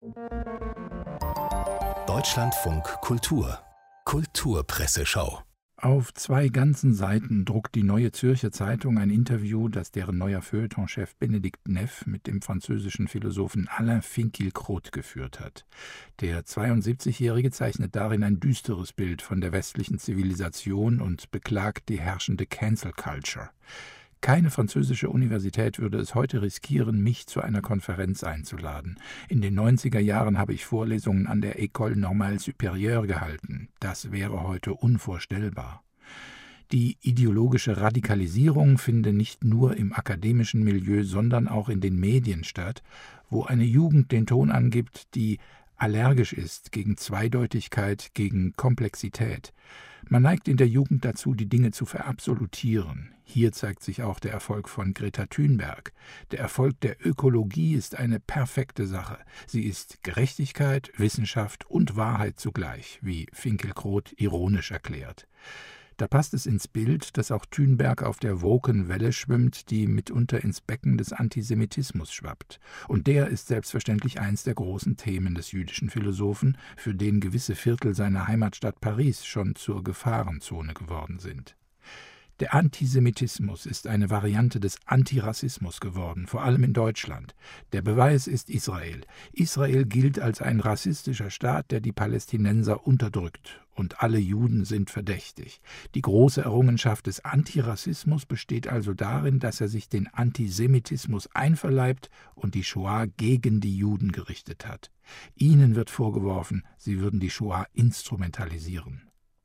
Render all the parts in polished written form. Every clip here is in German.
Deutschlandfunk Kultur Kulturpresseschau. Auf 2 ganzen Seiten druckt die Neue Zürcher Zeitung ein Interview, das deren neuer Feuilletonchef Benedikt Neff mit dem französischen Philosophen Alain Finkielkraut geführt hat. Der 72-Jährige zeichnet darin ein düsteres Bild von der westlichen Zivilisation und beklagt die herrschende Cancel Culture. Keine französische Universität würde es heute riskieren, mich zu einer Konferenz einzuladen. In den 90er Jahren habe ich Vorlesungen an der École Normale Supérieure gehalten. Das wäre heute unvorstellbar. Die ideologische Radikalisierung finde nicht nur im akademischen Milieu, sondern auch in den Medien statt, wo eine Jugend den Ton angibt, die allergisch ist gegen Zweideutigkeit, gegen Komplexität. Man neigt in der Jugend dazu, die Dinge zu verabsolutieren. Hier zeigt sich auch der Erfolg von Greta Thunberg. Der Erfolg der Ökologie ist eine perfekte Sache. Sie ist Gerechtigkeit, Wissenschaft und Wahrheit zugleich, wie Finkielkraut ironisch erklärt. Da passt es ins Bild, dass auch Thunberg auf der woken Welle schwimmt, die mitunter ins Becken des Antisemitismus schwappt. Und der ist selbstverständlich eins der großen Themen des jüdischen Philosophen, für den gewisse Viertel seiner Heimatstadt Paris schon zur Gefahrenzone geworden sind. Der Antisemitismus ist eine Variante des Antirassismus geworden, vor allem in Deutschland. Der Beweis ist Israel. Israel gilt als ein rassistischer Staat, der die Palästinenser unterdrückt. Und alle Juden sind verdächtig. Die große Errungenschaft des Antirassismus besteht also darin, dass er sich den Antisemitismus einverleibt und die Shoah gegen die Juden gerichtet hat. Ihnen wird vorgeworfen, sie würden die Shoah instrumentalisieren.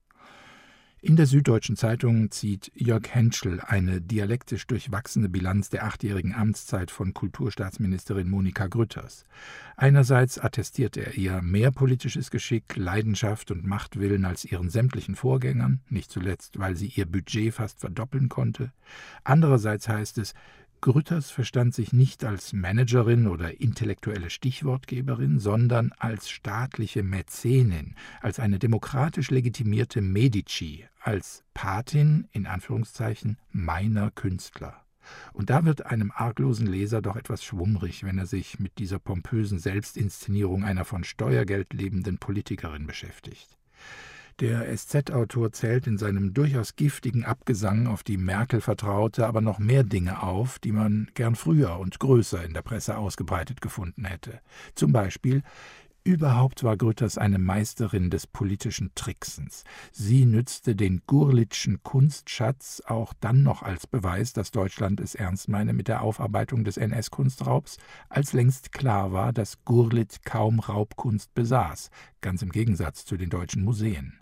In der Süddeutschen Zeitung zieht Jörg Hentschel eine dialektisch durchwachsene Bilanz der 8-jährigen Amtszeit von Kulturstaatsministerin Monika Grütters. Einerseits attestiert er ihr mehr politisches Geschick, Leidenschaft und Machtwillen als ihren sämtlichen Vorgängern, nicht zuletzt, weil sie ihr Budget fast verdoppeln konnte. Andererseits heißt es, Grütters verstand sich nicht als Managerin oder intellektuelle Stichwortgeberin, sondern als staatliche Mäzenin, als eine demokratisch legitimierte Medici, als Patin, in Anführungszeichen, meiner Künstler. Und da wird einem arglosen Leser doch etwas schwummrig, wenn er sich mit dieser pompösen Selbstinszenierung einer von Steuergeld lebenden Politikerin beschäftigt. Der SZ-Autor zählt in seinem durchaus giftigen Abgesang auf die Merkel-Vertraute aber noch mehr Dinge auf, die man gern früher und größer in der Presse ausgebreitet gefunden hätte. Zum Beispiel: Überhaupt war Grütters eine Meisterin des politischen Tricksens. Sie nützte den Gurlittschen Kunstschatz auch dann noch als Beweis, dass Deutschland es ernst meine mit der Aufarbeitung des NS-Kunstraubs, als längst klar war, dass Gurlitt kaum Raubkunst besaß, ganz im Gegensatz zu den deutschen Museen.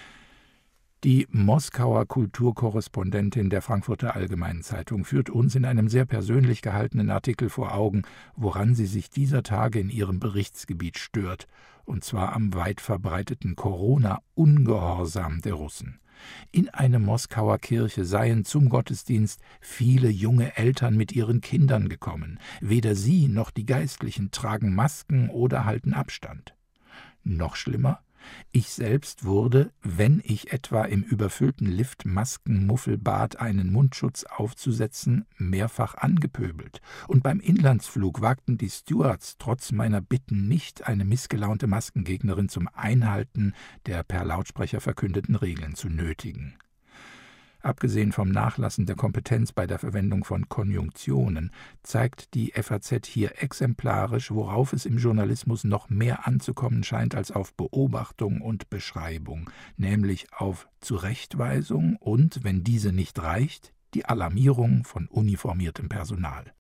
Die Moskauer Kulturkorrespondentin der Frankfurter Allgemeinen Zeitung führt uns in einem sehr persönlich gehaltenen Artikel vor Augen, woran sie sich dieser Tage in ihrem Berichtsgebiet stört, und zwar am weit verbreiteten Corona-Ungehorsam der Russen. In eine Moskauer Kirche seien zum Gottesdienst viele junge Eltern mit ihren Kindern gekommen. Weder sie noch die Geistlichen tragen Masken oder halten Abstand. Noch schlimmer: Ich selbst wurde, wenn ich etwa im überfüllten Lift Maskenmuffel bat, einen Mundschutz aufzusetzen, mehrfach angepöbelt. Und beim Inlandsflug wagten die Stewards trotz meiner Bitten nicht, eine missgelaunte Maskengegnerin zum Einhalten der per Lautsprecher verkündeten Regeln zu nötigen. Abgesehen vom Nachlassen der Kompetenz bei der Verwendung von Konjunktionen zeigt die FAZ hier exemplarisch, worauf es im Journalismus noch mehr anzukommen scheint als auf Beobachtung und Beschreibung, nämlich auf Zurechtweisung und, wenn diese nicht reicht, die Alarmierung von uniformiertem Personal.